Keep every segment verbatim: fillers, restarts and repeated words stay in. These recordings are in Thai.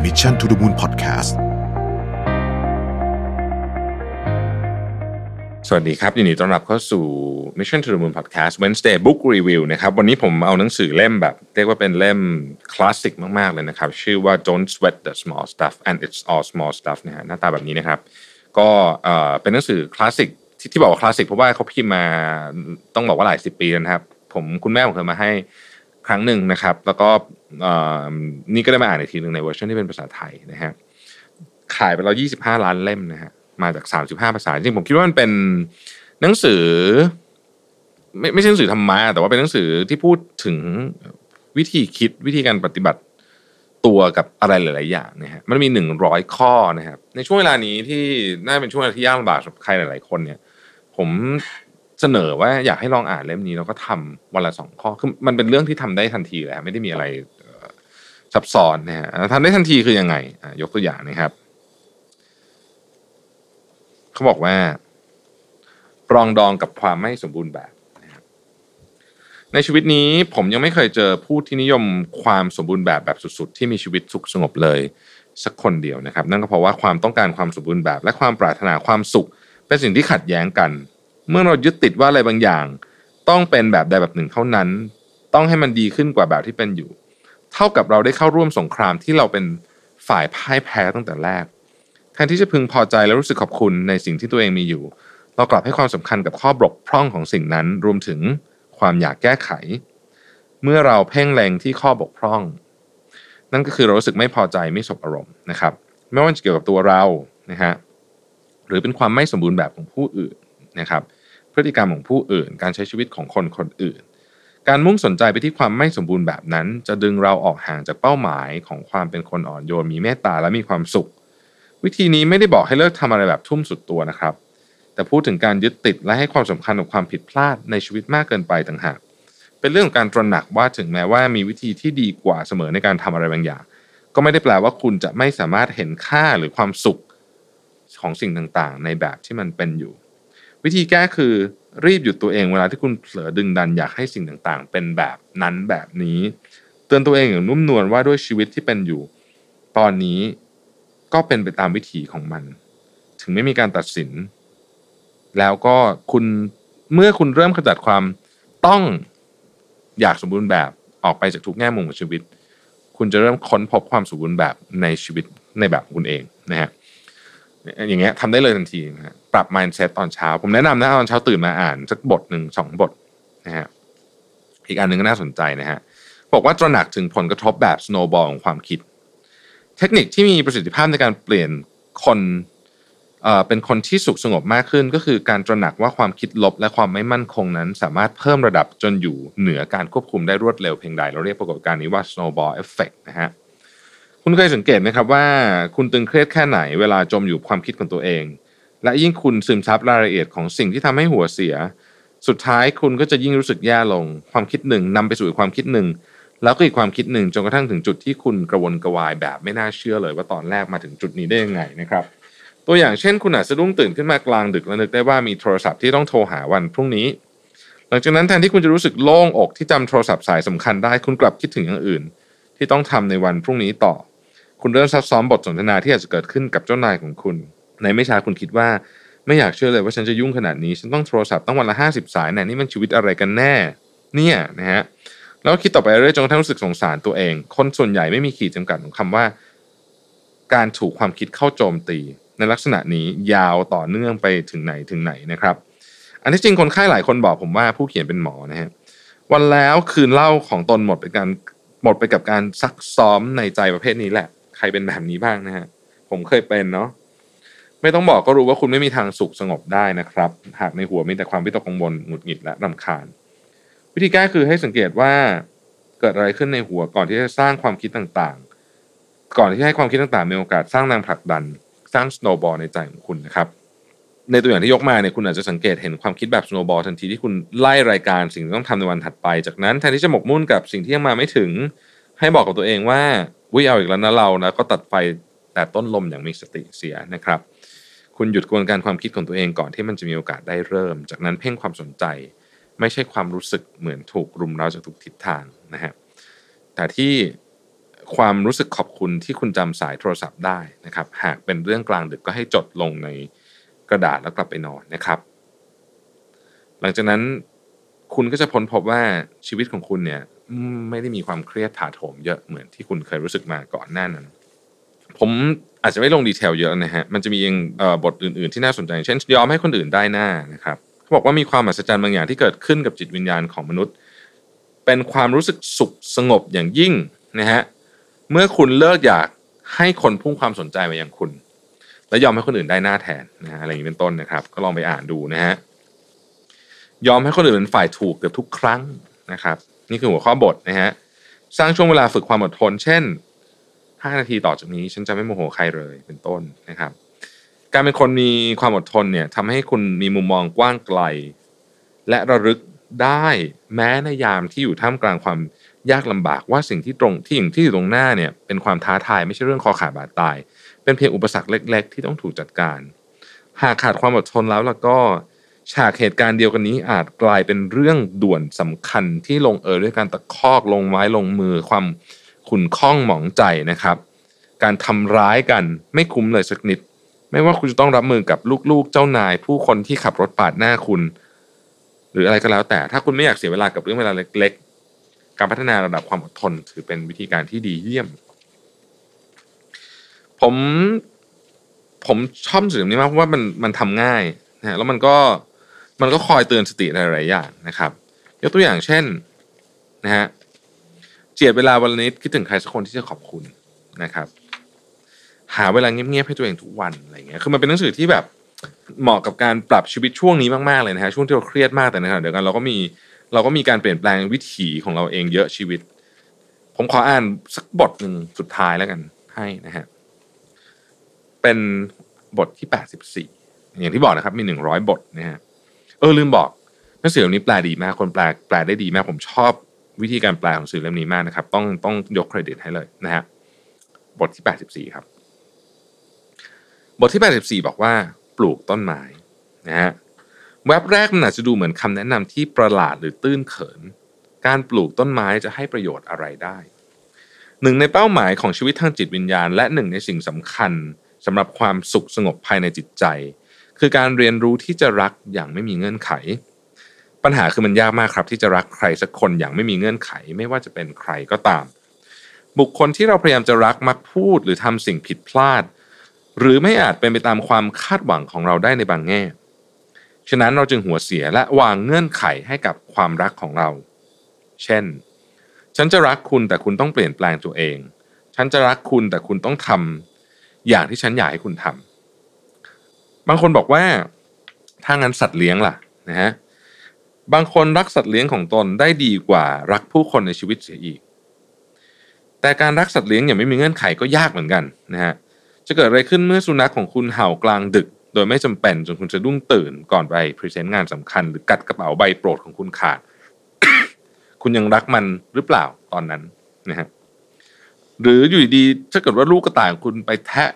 Mission to the Moon Podcast สวัสดีครับยินดีต้อนรับเข้าสู่ Mission to the Moon Podcast Wednesday Book Review นะครับวันนี้ผมเอาหนังสือเล่มแบบเรียกว่าเป็นเล่มคลาสสิกมากๆเลยนะครับชื่อว่า Don't Sweat the Small Stuff and It's All Small Stuff นะฮะหน้าตาแบบนี้นะครับก็เอ่อเป็นหนังสือคลาสสิกที่ที่บอกว่าคลาสสิกเพราะว่าเขาพิมพ์มาต้องบอกว่าหลายสิบปีแล้วนะครับผมคุณแม่ผมเคยมาให้ครั้งหนึ่งนะครับแล้วก็เอ่อนี่ก็ได้มาอ่านอีกทีนึงในเวอร์ชันที่เป็นภาษาไทยนะฮะขายไปแล้วยี่สิบห้าล้านเล่มนะฮะมาจากสามสิบห้าภาษาจริงผมคิดว่ามันเป็นหนังสือไม่ไม่ใช่หนังสือธรรมะแต่ว่าเป็นหนังสือที่พูดถึงวิธีคิดวิธีการปฏิบัติตัวกับอะไรหลายๆอย่างนะฮะมันมีหนึ่งร้อยข้อนะครับในช่วงเวลานี้ที่น่าเป็นช่วงเวลาที่ยากลำบากสำหรับใครหลายๆคนเนี่ยผมเสนอว่าอยากให้ลองอ่านเล่มนี้แล้วก็ทำวันละสองข้อคือมันเป็นเรื่องที่ทำได้ทันทีแหละไม่ได้มีอะไรซับซ้อนนะฮะทำได้ทันทีคือยังไงยกตัวอย่างนะครับเขาบอกว่าปรองดองกับความไม่สมบูรณ์แบบนะครับในชีวิตนี้ผมยังไม่เคยเจอผู้ที่นิยมความสมบูรณ์แบบแบบสุดๆที่มีชีวิตสุขสงบเลยสักคนเดียวนะครับนั่นก็เพราะว่าความต้องการความสมบูรณ์แบบและความปรารถนาความสุขเป็นสิ่งที่ขัดแย้งกันเมื่อเรายึดติดว่าอะไรบางอย่างต้องเป็นแบบใดแบบหนึ่งเท่านั้นต้องให้มันดีขึ้นกว่าแบบที่เป็นอยู่เท่ากับเราได้เข้าร่วมสงครามที่เราเป็นฝ่ายพ่ายแพ้ตั้งแต่แรกแทนที่จะพึงพอใจและรู้สึกขอบคุณในสิ่งที่ตัวเองมีอยู่เรากลับให้ความสำคัญกับข้อบกพร่องของสิ่งนั้นรวมถึงความอยากแก้ไขเมื่อเราเพ่งเล็งที่ข้อบกพร่องนั่นก็คือเรารู้สึกไม่พอใจไม่สบอารมณ์นะครับไม่ว่าจะเกี่ยวกับตัวเรานะฮะหรือเป็นความไม่สมบูรณ์แบบของผู้อื่นนะครับพฤติกรรมของผู้อื่นการใช้ชีวิตของคนคนอื่นการมุ่งสนใจไปที่ความไม่สมบูรณ์แบบนั้นจะดึงเราออกห่างจากเป้าหมายของความเป็นคนอ่อนโยนมีเมตตาและมีความสุขวิธีนี้ไม่ได้บอกให้เลิกทำอะไรแบบทุ่มสุดตัวนะครับแต่พูดถึงการยึดติดและให้ความสำคัญกับความผิดพลาดในชีวิตมากเกินไปต่างหากเป็นเรื่องของการตระหนักว่าถึงแม้ว่ามีวิธีที่ดีกว่าเสมอในการทำอะไรบางอย่างก็ไม่ได้แปลว่าคุณจะไม่สามารถเห็นค่าหรือความสุขของสิ่งต่างๆในแบบที่มันเป็นอยู่วิธีแก้คือรีบหยุดตัวเองเวลาที่คุณเผลอดึงดันอยากให้สิ่งต่างๆเป็นแบบนั้นแบบนี้เตือนตัวเองอย่างนุ่มนวลว่าด้วยชีวิตที่เป็นอยู่ตอนนี้ก็เป็นไปตามวิถีของมันถึงไม่มีการตัดสินแล้วก็คุณเมื่อคุณเริ่มขจัดความต้องอยากสมบูรณ์แบบออกไปจากทุกแง่มุมของชีวิตคุณจะเริ่มค้นพบความสมบูรณ์แบบในชีวิตในแบบของคุณเองนะฮะอย่างเงี้ยทำได้เลยทันทีนะฮะปรับ mindset ตอนเช้าผมแนะนำนะตอนเช้าตื่นมาอ่านสักบทหนึ่งสองบทนะฮะอีกอันหนึ่งก็น่าสนใจนะฮะบอกว่าตระหนักถึงผลกระทบแบบ snowball ของความคิดเทคนิคที่มีประสิทธิภาพในการเปลี่ยนคนเอ่อเป็นคนที่สุขสงบมากขึ้นก็คือการตระหนักว่าความคิดลบและความไม่มั่นคงนั้นสามารถเพิ่มระดับจนอยู่เหนือการควบคุมได้รวดเร็วเพียงใดเราเรียกปรากฏการณ์นี้ว่า snowball effect นะฮะคุณเคยสังเกตไหมครับว่าคุณตึงเครียดแค่ไหนเวลาจมอยู่ความคิดของตัวเองและยิ่งคุณซึมซับรายละเอียดของสิ่งที่ทำให้หัวเสียสุดท้ายคุณก็จะยิ่งรู้สึกแย่ลงความคิดหนึ่งนำไปสู่ความคิดหนึ่งแล้วก็อีกความคิดหนึ่งจนกระทั่งถึงจุดที่คุณกระวนกระวายแบบไม่น่าเชื่อเลยว่าตอนแรกมาถึงจุดนี้ได้ยังไงนะครับตัวอย่างเช่นคุณอาจสะดุ้งตื่นขึ้นมากลางดึกและนึกได้ว่ามีโทรศัพท์ที่ต้องโทรหาวันพรุ่งนี้หลังจากนั้นแทนที่คุณจะรู้สึกโล่งอกที่จำโทรศัพท์สายสำคัญได้คุณกลับคิดถึงอย่างอื่นที่ต้องทำในวันพรุ่งนี้ต่อคุณเริ่มซักซ้อมบทสนทนาที่อาจจะเกิดขึ้นกับเจ้านายของคุณในไม่ช้าคุณคิดว่าไม่อยากเชื่อเลยว่าฉันจะยุ่งขนาดนี้ฉันต้องโทรศัพท์ต้องวันละห้าสิบสายแน่นี่มันชีวิตอะไรกันแน่เนี่ยนะฮะแล้วคิดต่อไปเรื่อยๆจนกระทั่งรู้สึกสงสารตัวเองคนส่วนใหญ่ไม่มีขีดจำกัดของคำว่าการถูกความคิดเข้าโจมตีในลักษณะนี้ยาวต่อเนื่องไปถึงไหนถึงไหนนะครับอันที่จริงคนไข้หลายคนบอกผมว่าผู้เขียนเป็นหมอนะฮะวันแล้วคืนเล่าของตนหมดไปการหมดไปกับการซักซ้อมในใจประเภทนี้แหละใครเป็นแบบนี้บ้างนะฮะผมเคยเป็นเนาะไม่ต้องบอกก็รู้ว่าคุณไม่มีทางสุขสงบได้นะครับหากในหัวมีแต่ความวิตกกังวลหงุดหงิดและรำคาญวิธีแก้คือให้สังเกตว่าเกิดอะไรขึ้นในหัวก่อนที่จะสร้างความคิดต่างๆก่อนที่ให้ความคิดต่างๆมีโอกาสสร้างแรงผลักดันสร้าง snowball ในใจของคุณนะครับในตัวอย่างที่ยกมาเนี่ยคุณอาจจะสังเกตเห็นความคิดแบบ snowball ทันทีที่คุณไล่รายการสิ่งที่ต้องทำในวันถัดไปจากนั้นแทนที่จะหมกมุ่นกับสิ่งที่ยังมาไม่ถึงให้บอกกับตัวเองว่าวิ่งเอาอีกแล้วนะเรานะก็ตัดไฟแต่ต้นลมอย่างมีสติเสียนะครับคุณหยุดกระบวนการความคิดของตัวเองก่อนที่มันจะมีโอกาสได้เริ่มจากนั้นเพ่งความสนใจไม่ใช่ความรู้สึกเหมือนถูกรุมเร้าจากทุกทิศทางนะฮะแต่ที่ความรู้สึกขอบคุณที่คุณจำสายโทรศัพท์ได้นะครับหากเป็นเรื่องกลางดึกก็ให้จดลงในกระดาษแล้วกลับไปนอนนะครับหลังจากนั้นคุณก็จะพ้นพบว่าชีวิตของคุณเนี่ยไม่ได้มีความเครียดถาโถมเยอะเหมือนที่คุณเคยรู้สึกมาก่อนหน้านั้นผมอาจจะไม่ลงดีเทลเยอะนะฮะมันจะมีเอ่อบทอื่นๆที่น่าสนใจเช่นยอมให้คนอื่นได้หน้านะครับเขาบอกว่ามีความมหัศจรรย์บางอย่างที่เกิดขึ้นกับจิตวิญญาณของมนุษย์เป็นความรู้สึกสุขสงบอย่างยิ่งนะฮะเมื่อคุณเลิกอยากให้คนพุ่งความสนใจมาอย่างคุณและยอมให้คนอื่นได้หน้าแทนนะฮะอะไรอย่างนี้เป็นต้นนะครับก็ลองไปอ่านดูนะฮะยอมให้คนอื่นเป็นฝ่ายถูกเกือบทุกครั้งนะครับนี่คือหัวข้อบทนะฮะสร้างช่วงเวลาฝึกความอดทนเช่นห้านาทีต่อจากนี้ฉันจะไม่โมโหใครเลยเป็นต้นนะครับการเป็นคนมีความอดทนเนี่ยทำให้คุณมีมุมมองกว้างไกลและระลึกได้แม้ในยามที่อยู่ท่ามกลางความยากลำบากว่าสิ่งที่ตรงที่อย่างที่อยู่ตรงหน้าเนี่ยเป็นความท้าทายไม่ใช่เรื่องคอขาดบาดตายเป็นเพียงอุปสรรคเล็กๆที่ต้องถูกจัดการหากขาดความอดทนแล้วแล้วก็ฉากเหตุการณ์เดียวกันนี้อาจกลายเป็นเรื่องด่วนสำคัญที่ลงเอยด้วยการตะคอกลงไม้ลงมือความขุ่นข้องหมองใจนะครับการทำร้ายกันไม่คุ้มเลยสักนิดไม่ว่าคุณจะต้องรับมือกับลูกๆเจ้านายผู้คนที่ขับรถปาดหน้าคุณหรืออะไรก็แล้วแต่ถ้าคุณไม่อยากเสียเวลากับเรื่องเวลาเล็กๆการพัฒนาระดับความอดทนถือเป็นวิธีการที่ดีเยี่ยมผมผมชอบสื่อนี้มากเพราะว่ามันมันทำง่ายนะฮะแล้วมันก็มันก็คอยเตือนสติหลายๆอย่างนะครับยกตัวอย่างเช่นนะฮะเจียดเวลาวันละนิดคิดถึงใครสักคนที่จะขอบคุณนะครับหาเวลาเงียบๆให้ตัวเองทุกวันอะไรเงี้ยคือมันเป็นหนังสือที่แบบเหมาะกับการปรับชีวิตช่วงนี้มากๆเลยนะฮะช่วงที่เราเครียดมากแต่ในขณะเดียวกันเราก็มีเราก็มีการเปลี่ยนแปลงวิถีของเราเองเยอะชีวิตผมขออ่านสักบทหนึ่งสุดท้ายแล้วกันให้นะฮะเป็นบทที่แปดสิบสี่อย่างที่บอกนะครับมีหนึ่งร้อยบทนะฮะเออลืมบอกหนังสือเล่มนี้แปลดีมากคนแปลแปลได้ดีมากผมชอบวิธีการแปลของหนังสือเล่มนี้มากนะครับต้องต้องยกเครดิตให้เลยนะฮะบทที่แปดสิบสี่ครับบทที่แปดสิบสี่บอกว่าปลูกต้นไม้นะฮะแว็บแรกมันอาจจะดูเหมือนคำแนะนำที่ประหลาดหรือตื้นเขินการปลูกต้นไม้จะให้ประโยชน์อะไรได้หนึ่งในเป้าหมายของชีวิตทางจิตวิญญาณและหนึ่งในสิ่งสำคัญสำหรับความสุขสงบภายในจิตใจคือการเรียนรู้ที่จะรักอย่างไม่มีเงื่อนไขปัญหาคือมันยากมากครับที่จะรักใครสักคนอย่างไม่มีเงื่อนไขไม่ว่าจะเป็นใครก็ตามบุคคลที่เราพยายามจะรักมักพูดหรือทำสิ่งผิดพลาดหรือไม่อาจเป็นไปตามความคาดหวังของเราได้ในบางแง่ฉะนั้นเราจึงหัวเสียและวางเงื่อนไขให้กับความรักของเราเช่นฉันจะรักคุณแต่คุณต้องเปลี่ยนแปลงตัวเองฉันจะรักคุณแต่คุณต้องทำอย่างที่ฉันอยากให้คุณทำบางคนบอกว่าถ้างั้นสัตว์เลี้ยงล่ะนะฮะบางคนรักสัตว์เลี้ยงของตนได้ดีกว่ารักผู้คนในชีวิตเสียอีกแต่การรักสัตว์เลี้ยงอย่างไม่มีเงื่อนไขก็ยากเหมือนกันนะฮะจะเกิดอะไรขึ้นเมื่อสุนัขของคุณเห่ากลางดึกโดยไม่จำเป็นจนคุณจะดุ้งตื่นก่อนไปพรีเซนต์งานสำคัญหรือกัดกระเป๋าใบโปรดของคุณขาด คุณยังรักมันหรือเปล่าตอนนั้นนะฮะหรืออยู่ดีๆถ้าเกิดว่าลูกกระต่ายของคุณไปแทะ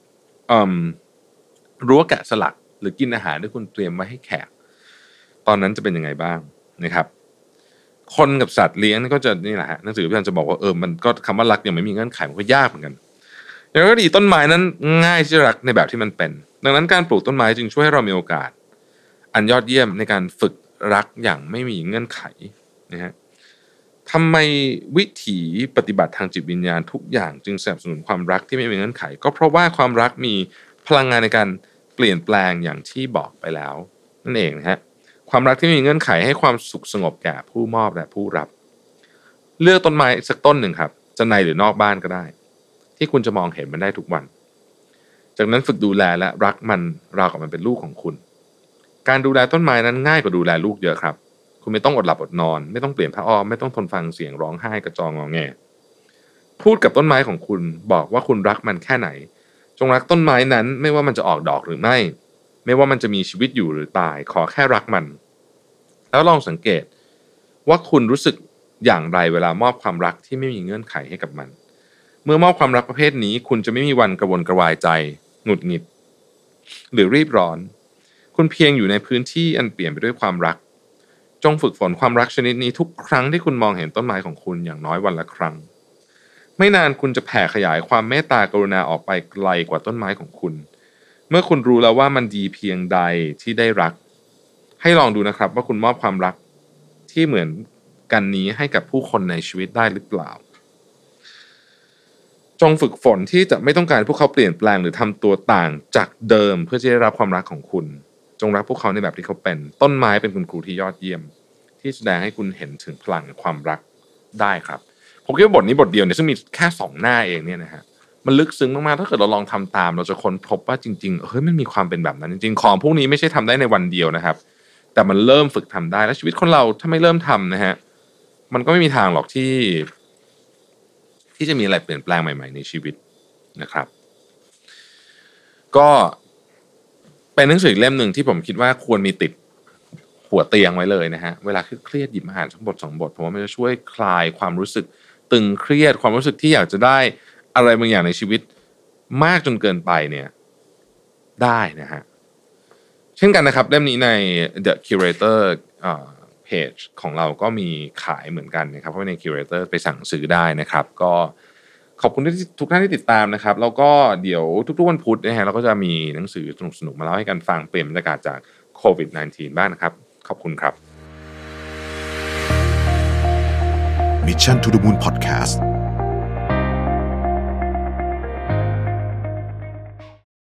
รั้วแกะสลักหรือกินอาหารที่คุณเตรียมไว้ให้แขกตอนนั้นจะเป็นยังไงบ้างนะครับคนกับสัตว์เลี้ยงก็จะนี่แหละฮะหนังสือพี่อันจะบอกว่าเออมันก็คำว่ารักยังไม่มีเงื่อนไขมันก็ยากเหมือนกันอย่างก็ดีต้นไม้นั้นง่ายที่จะรักในแบบที่มันเป็นดังนั้นการปลูกต้นไม้จึงช่วยให้เรามีโอกาสอันยอดเยี่ยมในการฝึกรักอย่างไม่มีเงื่อนไขนะฮะทำไมวิถีปฏิบัติทางจิตวิญญาณทุกอย่างจึงสนับสนุนความรักที่ไม่มีเงื่อนไขก็เพราะว่าความรักมีพลังงานในการเปลี่ยนแปลงอย่างที่บอกไปแล้วนั่นเองนะฮะความรักที่มีเงื่อนไขให้ความสุขสงบแก่ผู้มอบและผู้รับเลือกต้นไม้สักต้นหนึ่งครับจะในหรือนอกบ้านก็ได้ที่คุณจะมองเห็นมันได้ทุกวันจากนั้นฝึกดูแลและรักมันราวกับมันเป็นลูกของคุณการดูแลต้นไม้นั้นง่ายกว่าดูแลลูกเยอะครับคุณไม่ต้องอดหลับอดนอนไม่ต้องเปลี่ยนผ้าอ้อมไม่ต้องทนฟังเสียงร้องไห้กระจองงอแงพูดกับต้นไม้ของคุณบอกว่าคุณรักมันแค่ไหนจงรักต้นไม้นั้นไม่ว่ามันจะออกดอกหรือไม่ไม่ว่ามันจะมีชีวิตอยู่หรือตายขอแค่รักมันแล้วลองสังเกตว่าคุณรู้สึกอย่างไรเวลามอบความรักที่ไม่มีเงื่อนไขให้กับมันเมื่อมอบความรักประเภทนี้คุณจะไม่มีวันกระวนกระวายใจหงุดหงิดหรือรีบร้อนคุณเพียงอยู่ในพื้นที่อันเปลี่ยนไปด้วยความรักจงฝึกฝนความรักชนิดนี้ทุกครั้งที่คุณมองเห็นต้นไม้ของคุณอย่างน้อยวันละครั้งไม่นานคุณจะแผ่ขยายความเมตตากรุณาออกไปไกลกว่าต้นไม้ของคุณเมื่อคุณรู้แล้วว่ามันดีเพียงใดที่ได้รักให้ลองดูนะครับว่าคุณมอบความรักที่เหมือนกันนี้ให้กับผู้คนในชีวิตได้หรือเปล่าจงฝึกฝนที่จะไม่ต้องการพวกเขาเปลี่ยนแปลงหรือทำตัวต่างจากเดิมเพื่อจะได้รับความรักของคุณจงรักพวกเขาในแบบที่เขาเป็นต้นไม้เป็นคุณครูที่ยอดเยี่ยมที่แสดงให้คุณเห็นถึงพลังความรักได้ครับผมคิดว่าบทนี้บทเดียวเนี่ยซึ่งมีแค่สองหน้าเองเนี่ยนะฮะมันลึกซึ้งมากๆถ้าเกิดเราลองทำตามเราจะค้นพบว่าจริงๆเฮ้ยมันมีความเป็นแบบนั้นจริงๆของพวกนี้ไม่ใช่ทำได้ในวันเดียวนะครับแต่มันเริ่มฝึกทำได้แล้วชีวิตคนเราถ้าไม่เริ่มทำนะฮะมันก็ไม่มีทางหรอกที่ที่จะมีอะไรเปลี่ยนแปลงใหม่ๆในชีวิตนะครับก็เป็นหนังสือเล่มหนึ่งที่ผมคิดว่าควรมีติดหัวเตียงไว้เลยนะฮะเวลาเครียดหยิบมาอ่านสักบทสองบทผมว่ามันจะช่วยคลายความรู้สึกตึงเครียดความรู้สึกที่อยากจะได้อะไรบางอย่างในชีวิตมากจนเกินไปเนี่ยได้นะฮะเช่นกันนะครับเล่มนี้ใน The Curator อ่าเพจของเราก็มีขายเหมือนกันนะครับเพราะใน Curator ไปสั่งซื้อได้นะครับก็ขอบคุณที่ทุกท่านที่ติดตามนะครับแล้วก็เดี๋ยวทุกๆวันพุธนะฮะเราก็จะมีหนังสือสนุกๆมาเล่าให้กันฟังเปลี่ยนบรรยากาศจากโควิด สิบเก้า บ้างนะครับขอบคุณครับ Mission to the Moon Podcast